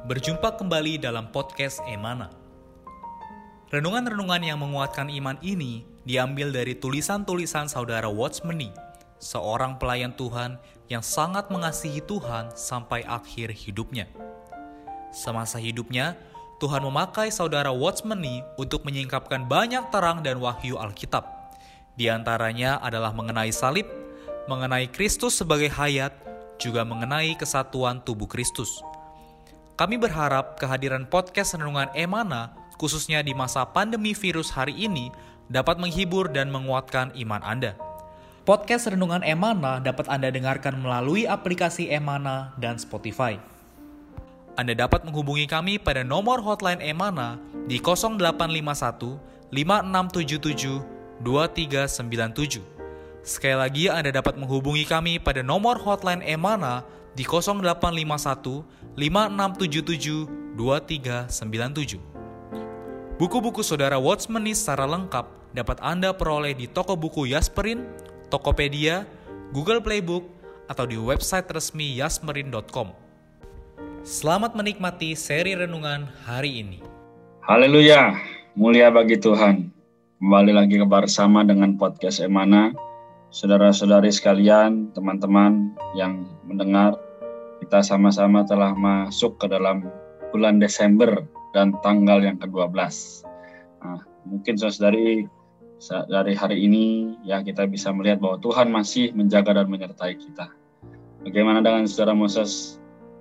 Berjumpa kembali dalam podcast Emana. Renungan-renungan yang menguatkan iman ini diambil dari tulisan-tulisan saudara Watchmeni, seorang pelayan Tuhan yang sangat mengasihi Tuhan sampai akhir hidupnya. Semasa hidupnya, Tuhan memakai saudara Watchmeni untuk menyingkapkan banyak terang dan wahyu Alkitab. Di antaranya adalah mengenai salib, mengenai Kristus sebagai hayat, juga mengenai kesatuan tubuh Kristus. Kami berharap kehadiran podcast Renungan Emana, khususnya di masa pandemi virus hari ini, dapat menghibur dan menguatkan iman Anda. Podcast Renungan Emana dapat Anda dengarkan melalui aplikasi Emana dan Spotify. Anda dapat menghubungi kami pada nomor hotline Emana di 0851 5677 2397. Sekali lagi Anda dapat menghubungi kami pada nomor hotline Emana di 0851 5677 2397. Buku-buku saudara Watchmeni secara lengkap dapat Anda peroleh di toko buku Yasmerin, Tokopedia, Google Playbook, atau di website resmi yasmerin.com. Selamat menikmati seri renungan hari ini. Haleluya, mulia bagi Tuhan. Kembali lagi bersama dengan podcast Emana. Saudara-saudari sekalian, teman-teman yang mendengar, kita sama-sama telah masuk ke dalam bulan Desember dan tanggal yang ke-12. Nah, mungkin saudari dari hari ini ya kita bisa melihat bahwa Tuhan masih menjaga dan menyertai kita. Bagaimana dengan saudara Moses?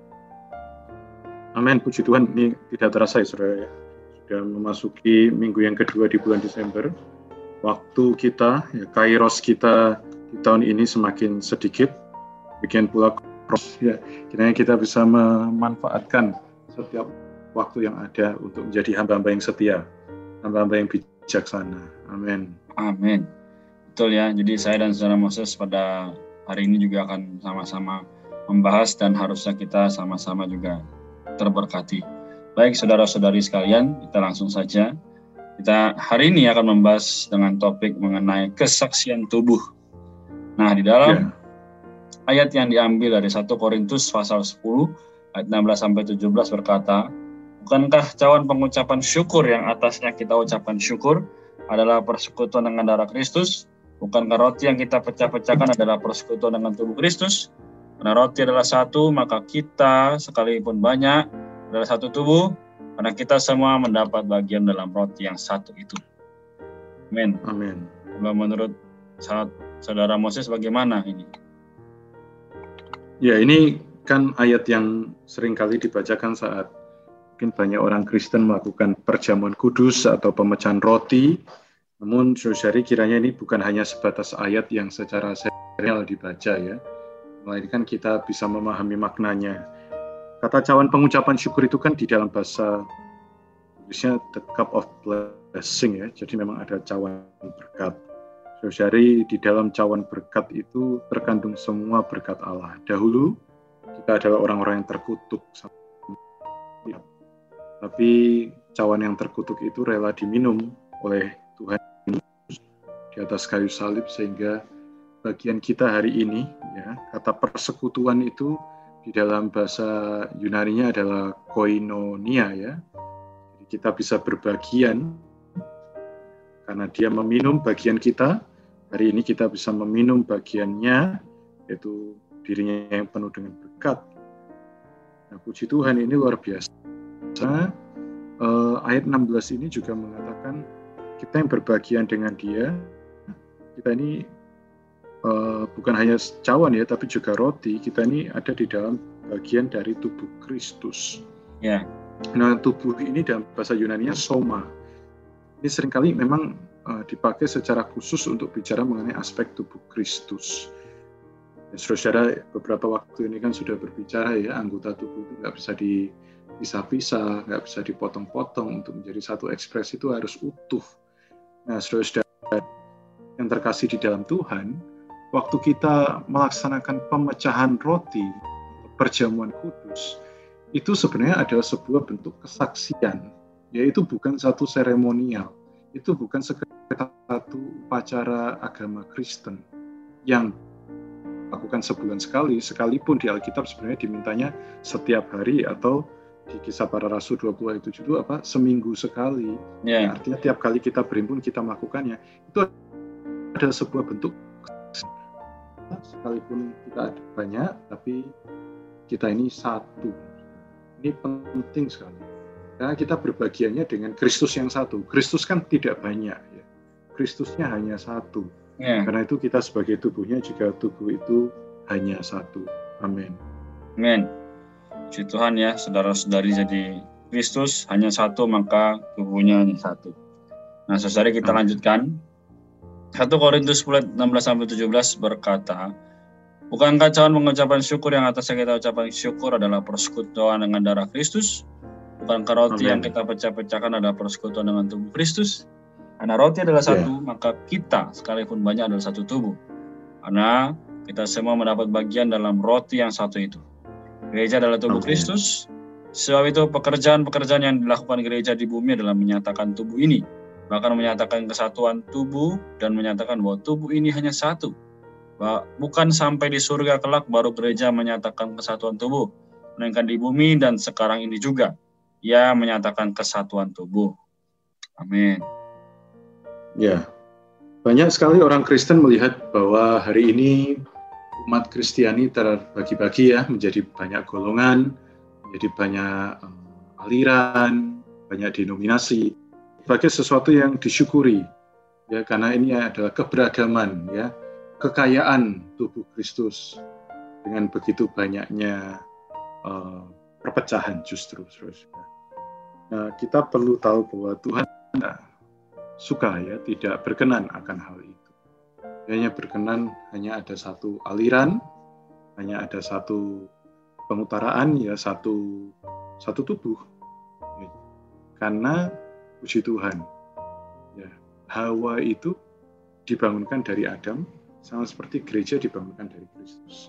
Amin, puji Tuhan. Ini tidak terasa ya saudara ya. Sudah memasuki minggu yang kedua di bulan Desember. Waktu kita, ya, kairos kita di tahun ini semakin sedikit. Demikian pula ya, kiranya kita bisa memanfaatkan setiap waktu yang ada untuk menjadi hamba-hamba yang setia, hamba-hamba yang bijaksana. Amin. Amin. Betul ya, jadi saya dan saudara Moses pada hari ini juga akan sama-sama membahas dan harusnya kita sama-sama juga terberkati. Baik saudara-saudari sekalian, kita langsung saja. Kita hari ini akan membahas dengan topik mengenai kesaksian tubuh. Nah, di dalam ayat yang diambil dari 1 Korintus pasal 10 ayat 16-17 berkata, bukankah cawan pengucapan syukur yang atasnya kita ucapkan syukur adalah persekutuan dengan darah Kristus? Bukankah roti yang kita pecah-pecahkan adalah persekutuan dengan tubuh Kristus? Karena roti adalah satu, maka kita sekalipun banyak adalah satu tubuh, karena kita semua mendapat bagian dalam roti yang satu itu. Amin. Amin. Menurut saudara Moses bagaimana ini? Ya, ini kan ayat yang sering kali dibacakan saat mungkin banyak orang Kristen melakukan perjamuan kudus atau pemecahan roti. Namun saudari kiranya ini bukan hanya sebatas ayat yang secara serial dibaca ya, melainkan kita bisa memahami maknanya. Kata cawan pengucapan syukur itu kan di dalam bahasa Inggrisnya the cup of blessing ya, jadi memang ada cawan berkat. Saudari, di dalam cawan berkat itu terkandung semua berkat Allah. Dahulu kita adalah orang-orang yang terkutuk, tapi cawan yang terkutuk itu rela diminum oleh Tuhan di atas kayu salib, sehingga bagian kita hari ini ya, kata persekutuan itu di dalam bahasa Yunani-nya adalah koinonia ya. Jadi kita bisa berbagian karena dia meminum bagian kita. Hari ini kita bisa meminum bagiannya, yaitu dirinya yang penuh dengan berkat. Nah, puji Tuhan, ini luar biasa. Ayat 16 ini juga mengatakan kita yang berbagian dengan dia, kita ini bukan hanya cawan ya, tapi juga roti, kita ini ada di dalam bagian dari tubuh Kristus. Ya. Nah, tubuh ini dalam bahasa Yunani-nya soma. Ini seringkali memang dipakai secara khusus untuk bicara mengenai aspek tubuh Kristus. Ya, saudara, beberapa waktu ini kan sudah berbicara ya, anggota tubuh itu nggak bisa dipisah-pisah, nggak bisa dipotong-potong, untuk menjadi satu ekspresi itu harus utuh. Nah, saudara yang terkasih di dalam Tuhan, waktu kita melaksanakan pemecahan roti, perjamuan kudus, itu sebenarnya adalah sebuah bentuk kesaksian, yaitu bukan satu seremonial, itu bukan satu upacara agama Kristen yang lakukan sebulan sekali, sekalipun di Alkitab sebenarnya dimintanya setiap hari atau di Kisah Para Rasul 20 ayat 7 itu apa? Seminggu sekali. Ya. Artinya tiap kali kita berhimpun, kita melakukannya. Itu ada sebuah bentuk, sekalipun kita ada banyak, tapi kita ini satu. Ini penting sekali. Karena kita berbagiannya dengan Kristus yang satu. Kristus kan tidak banyak, ya. Kristusnya hanya satu. Ya. Karena itu kita sebagai tubuhnya juga tubuh itu hanya satu. Amin. Amin. Puji Tuhan ya, saudara-saudari, jadi Kristus hanya satu, maka tubuhnya hanya satu. Nah, saudari, kita lanjutkan. 1 Korintus 10:16-17 berkata, bukankah cawan pengucapan syukur yang atasnya kita ucapan syukur adalah persekutuan dengan darah Kristus? Bukankah roti yang kita pecah-pecahkan adalah persekutuan dengan tubuh Kristus? Karena roti adalah satu, maka kita sekalipun banyak adalah satu tubuh. Karena kita semua mendapat bagian dalam roti yang satu itu. Gereja adalah tubuh Kristus. Sebab itu pekerjaan-pekerjaan yang dilakukan gereja di bumi adalah menyatakan tubuh ini. Bahkan menyatakan kesatuan tubuh dan menyatakan bahwa tubuh ini hanya satu. Bukan sampai di surga kelak baru gereja menyatakan kesatuan tubuh. Melainkan di bumi dan sekarang ini juga. Ia menyatakan kesatuan tubuh. Amin. Ya, banyak sekali orang Kristen melihat bahwa hari ini umat Kristiani terbagi-bagi ya, menjadi banyak golongan, menjadi banyak aliran, banyak denominasi, sebagai sesuatu yang disyukuri, ya, karena ini adalah keberagaman, ya, kekayaan tubuh Kristus dengan begitu banyaknya perpecahan justru. Nah, kita perlu tahu bahwa Tuhan suka, ya, tidak berkenan akan hal itu. Hanya berkenan hanya ada satu aliran, hanya ada satu pengutaraan, ya, satu tubuh. Karena puji Tuhan, ya, Hawa itu dibangunkan dari Adam, sama seperti gereja dibangunkan dari Kristus.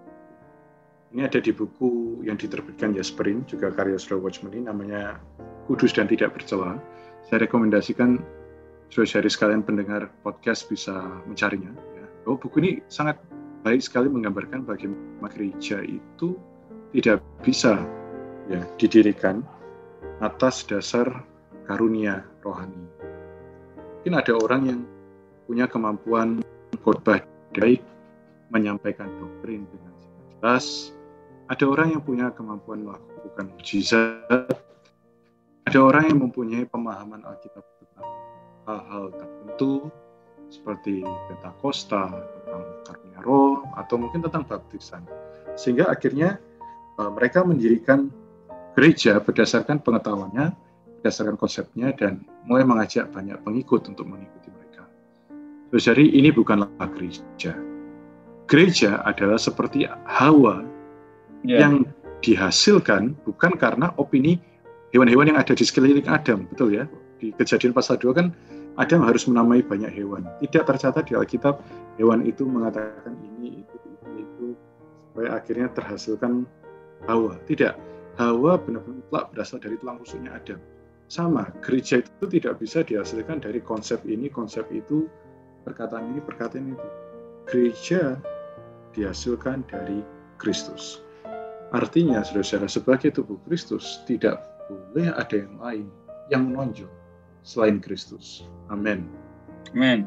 Ini ada di buku yang diterbitkan Spring, juga karya Saudara Watchmeni, namanya Kudus dan Tidak Bercela. Saya rekomendasikan saudara-saudari sekalian pendengar podcast bisa mencarinya. Ya. Oh, buku ini sangat baik sekali menggambarkan bagaimana gereja itu tidak bisa, ya, didirikan atas dasar karunia rohani. Mungkin ada orang yang punya kemampuan khotbah baik, menyampaikan doktrin dengan jelas. Ada orang yang punya kemampuan melakukan mukjizat. Ada orang yang mempunyai pemahaman Alkitab tentang hal-hal tertentu seperti Pentakosta, tentang karunia roh, atau mungkin tentang baptisan. Sehingga akhirnya mereka mendirikan gereja berdasarkan pengetahuannya, berdasarkan konsepnya, dan mulai mengajak banyak pengikut untuk mengikuti mereka. Jadi ini bukanlah gereja. Gereja adalah seperti Hawa yang dihasilkan bukan karena opini hewan-hewan yang ada di sekeliling Adam, betul ya? Di Kejadian pasal 2 kan Adam harus menamai banyak hewan. Tidak tercatat di Alkitab hewan itu mengatakan ini, itu, supaya akhirnya terhasilkan Hawa. Tidak. Hawa benar-benar mutlak berasal dari tulang rusuknya Adam. Sama, gereja itu tidak bisa dihasilkan dari konsep ini, konsep itu, perkataan ini, perkataan itu. Gereja dihasilkan dari Kristus. Artinya, saudara-saudara, sebagai tubuh Kristus, tidak boleh ada yang lain yang menonjol selain Kristus. Amin. Amin.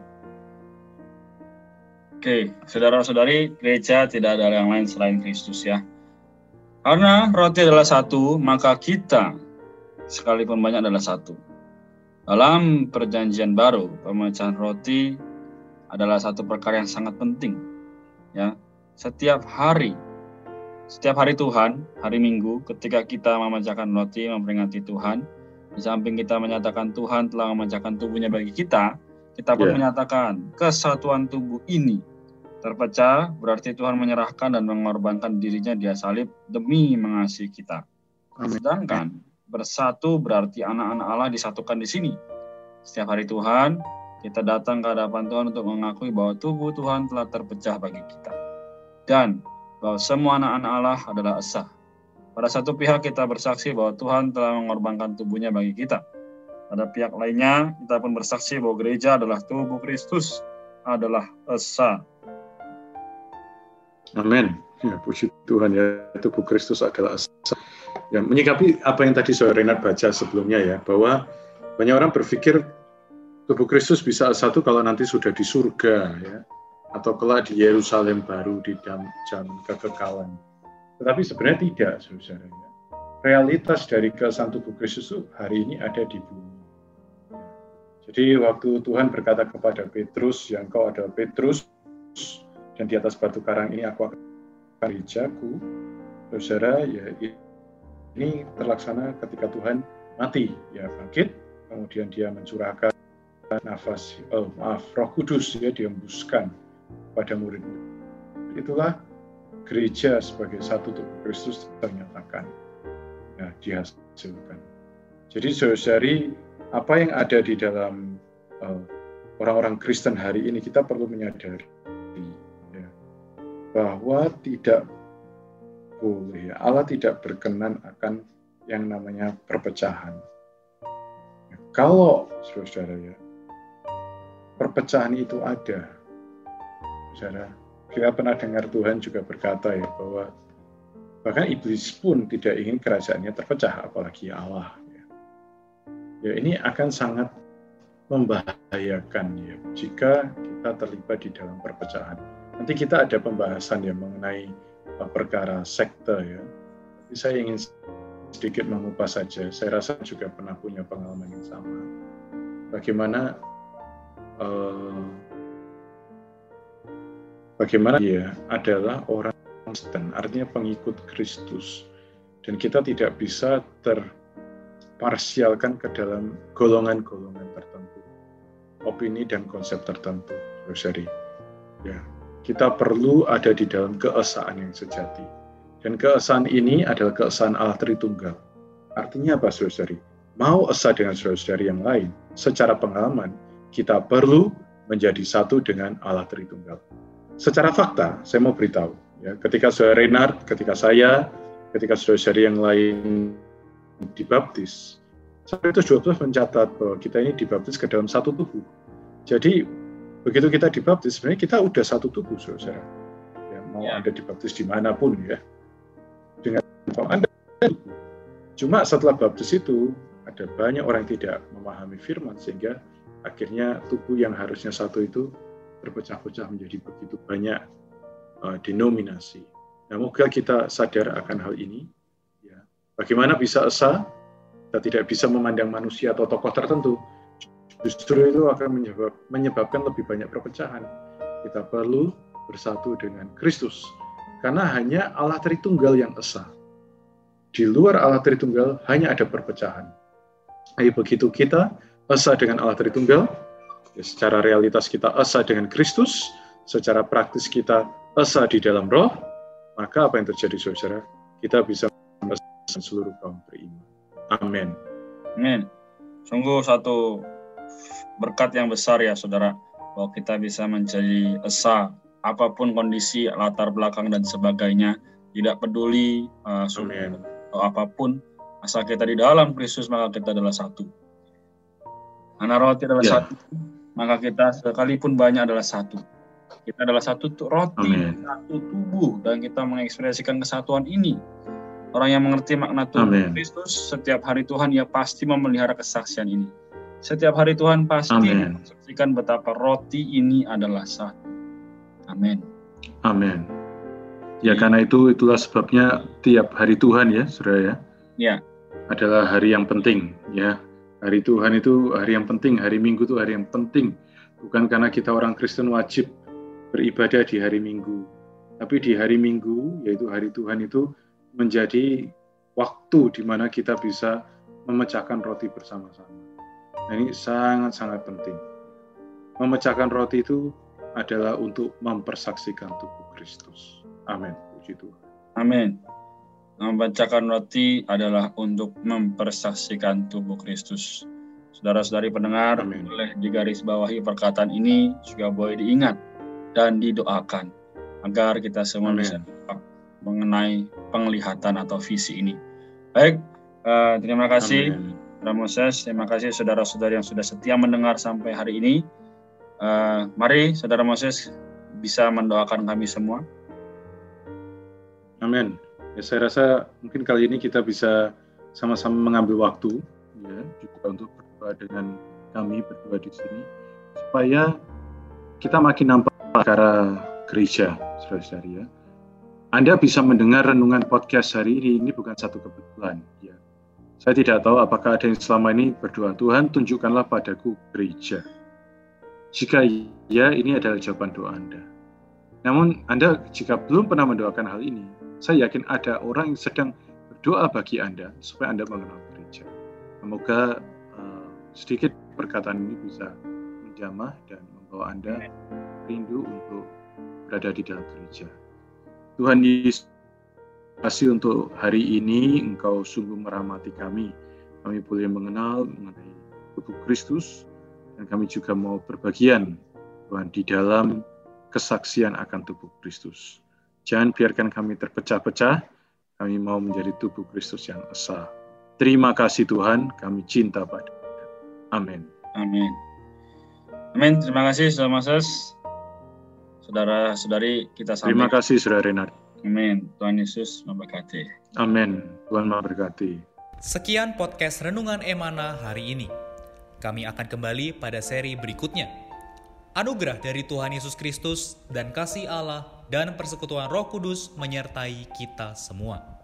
Oke, saudara-saudari, gereja tidak ada yang lain selain Kristus, ya. Karena roti adalah satu, maka kita sekalipun banyak adalah satu. Dalam perjanjian baru, pemecahan roti adalah satu perkara yang sangat penting. Ya, setiap hari Tuhan, hari Minggu, ketika kita memecahkan roti, memperingati Tuhan, di samping kita menyatakan Tuhan telah memecahkan tubuhnya bagi kita pun menyatakan kesatuan tubuh ini terpecah, berarti Tuhan menyerahkan dan mengorbankan dirinya di salib demi mengasihi kita. Sedangkan bersatu berarti anak-anak Allah disatukan di sini. Setiap hari Tuhan, kita datang ke hadapan Tuhan untuk mengakui bahwa tubuh Tuhan telah terpecah bagi kita. Dan bahwa semua anak-anak Allah adalah esa. Pada satu pihak kita bersaksi bahwa Tuhan telah mengorbankan tubuhnya bagi kita. Pada pihak lainnya, kita pun bersaksi bahwa gereja adalah tubuh Kristus, adalah esa. Amin. Ya, puji Tuhan, ya, tubuh Kristus adalah esa. Ya, menyikapi apa yang tadi Saudara Renat baca sebelumnya ya, bahwa banyak orang berpikir tubuh Kristus bisa satu kalau nanti sudah di surga ya, atau kelak di Yerusalem baru di dalam zaman kekekalan. Tetapi sebenarnya tidak, saudara. Realitas dari keesahan tubuh Kristus itu hari ini ada di bumi. Jadi waktu Tuhan berkata kepada Petrus, yang kau adalah Petrus, dan di atas batu karang ini aku akan gerejaku, saudara, ya ini terlaksana ketika Tuhan mati, ya bangkit, kemudian dia mencurahkan Roh Kudus, ya dihembuskan pada murid-murid. Itulah gereja sebagai satu tubuh Kristus ternyatakan, ya dihasilkan. Jadi saudari, apa yang ada di dalam orang-orang Kristen hari ini, kita perlu menyadari ya, bahwa tidak boleh, Allah tidak berkenan akan yang namanya perpecahan. Ya, kalau saudara ya, perpecahan itu ada, saudara. Kita pernah dengar Tuhan juga berkata ya bahwa bahkan iblis pun tidak ingin kerajaannya terpecah, apalagi Allah. Ya, ini akan sangat membahayakan ya jika kita terlibat di dalam perpecahan. Nanti kita ada pembahasan ya mengenai perkara sekte ya. Tapi saya ingin sedikit mengupas saja. Saya rasa juga pernah punya pengalaman yang sama. Bagaimana dia adalah orang Kristen, artinya pengikut Kristus, dan kita tidak bisa terparsialkan ke dalam golongan-golongan tertentu, opini dan konsep tertentu. Ya, kita perlu ada di dalam keesaan yang sejati, dan keesaan ini adalah keesaan Allah Tritunggal. Artinya apa, saudari? Mau esa dengan saudari yang lain, secara pengalaman kita perlu menjadi satu dengan Allah Tritunggal. Secara fakta, saya mau beritahu, ya, ketika Saudara Renard, ketika saya, ketika saudara-saudari yang lain dibaptis, Petrus 12 mencatat bahwa kita ini dibaptis ke dalam satu tubuh. Jadi, begitu kita dibaptis, sebenarnya kita udah satu tubuh, saudara. Ya, mau Anda dibaptis dimanapun, ya, dengan Anda. Cuma setelah baptis itu, ada banyak orang yang tidak memahami firman, sehingga akhirnya tubuh yang harusnya satu itu berpecah-pecah menjadi begitu banyak denominasi. Nah, moga kita sadar akan hal ini. Ya. Bagaimana bisa esa? Kita tidak bisa memandang manusia atau tokoh tertentu. Justru itu akan menyebabkan lebih banyak perpecahan. Kita perlu bersatu dengan Kristus. Karena hanya Allah Tritunggal yang esa. Di luar Allah Tritunggal hanya ada perpecahan. Ayo begitu kita esa dengan Allah Tritunggal, ya, secara realitas kita esa dengan Kristus, secara praktis kita esa di dalam Roh, maka apa yang terjadi, saudara? Kita bisa membesarkan seluruh kaum beriman. Amin. Amin. Sungguh satu berkat yang besar ya, saudara, bahwa kita bisa menjadi esa, apapun kondisi, latar belakang dan sebagainya, tidak peduli suku atau apapun, asal kita di dalam Kristus, maka kita adalah satu. Karena roti adalah satu, maka kita sekalipun banyak adalah satu. Kita adalah satu roti, satu tubuh, dan kita mengekspresikan kesatuan ini. Orang yang mengerti makna tubuh Kristus, setiap hari Tuhan ia pasti memelihara kesaksian ini. Setiap hari Tuhan pasti menyaksikan betapa roti ini adalah satu. Amin. Amin. Ya, karena itulah sebabnya tiap hari Tuhan ya, saudara ya. Ya. Adalah hari yang penting ya. Hari Tuhan itu hari yang penting, hari Minggu itu hari yang penting. Bukan karena kita orang Kristen wajib beribadah di hari Minggu. Tapi di hari Minggu, yaitu hari Tuhan itu menjadi waktu di mana kita bisa memecahkan roti bersama-sama. Nah, ini sangat-sangat penting. Memecahkan roti itu adalah untuk mempersaksikan tubuh Kristus. Amin. Puji Tuhan. Amin. Membacakan roti adalah untuk mempersaksikan tubuh Kristus. Saudara-saudari pendengar, boleh digarisbawahi perkataan ini, juga boleh diingat dan didoakan agar kita semua bisa mengenai penglihatan atau visi ini. Baik, terima kasih Saudara Moses, terima kasih saudara-saudari yang sudah setia mendengar sampai hari ini. Mari Saudara Moses bisa mendoakan kami semua. Amin. Ya, saya rasa mungkin kali ini kita bisa sama-sama mengambil waktu, ya, juga untuk berdoa dengan kami berdua di sini, supaya kita makin nampak perkara gereja, saudara-saudari ya. Anda bisa mendengar renungan podcast hari ini bukan satu kebetulan. Ya. Saya tidak tahu apakah ada yang selama ini berdoa, Tuhan tunjukkanlah padaku gereja. Jika ya, ini adalah jawaban doa Anda. Namun Anda jika belum pernah mendoakan hal ini, saya yakin ada orang yang sedang berdoa bagi Anda supaya Anda mengenal gereja. Semoga sedikit perkataan ini bisa menjamah dan membawa Anda rindu untuk berada di dalam gereja. Tuhan Yesus, terima kasih untuk hari ini Engkau sungguh merahmati kami. Kami boleh mengenal mengenai tubuh Kristus, dan kami juga mau berbagian Tuhan di dalam kesaksian akan tubuh Kristus. Jangan biarkan kami terpecah-pecah, kami mau menjadi tubuh Kristus yang esa. Terima kasih Tuhan, kami cinta padamu. Amin. Amin. Amin. Terima kasih Saudara Moses. Saudara-saudari kita sampai. Terima kasih Saudara Renard. Amin. Tuhan Yesus memberkati. Amin. Tuhan memberkati. Sekian podcast Renungan Emana hari ini. Kami akan kembali pada seri berikutnya. Anugerah dari Tuhan Yesus Kristus dan kasih Allah dan persekutuan Roh Kudus menyertai kita semua.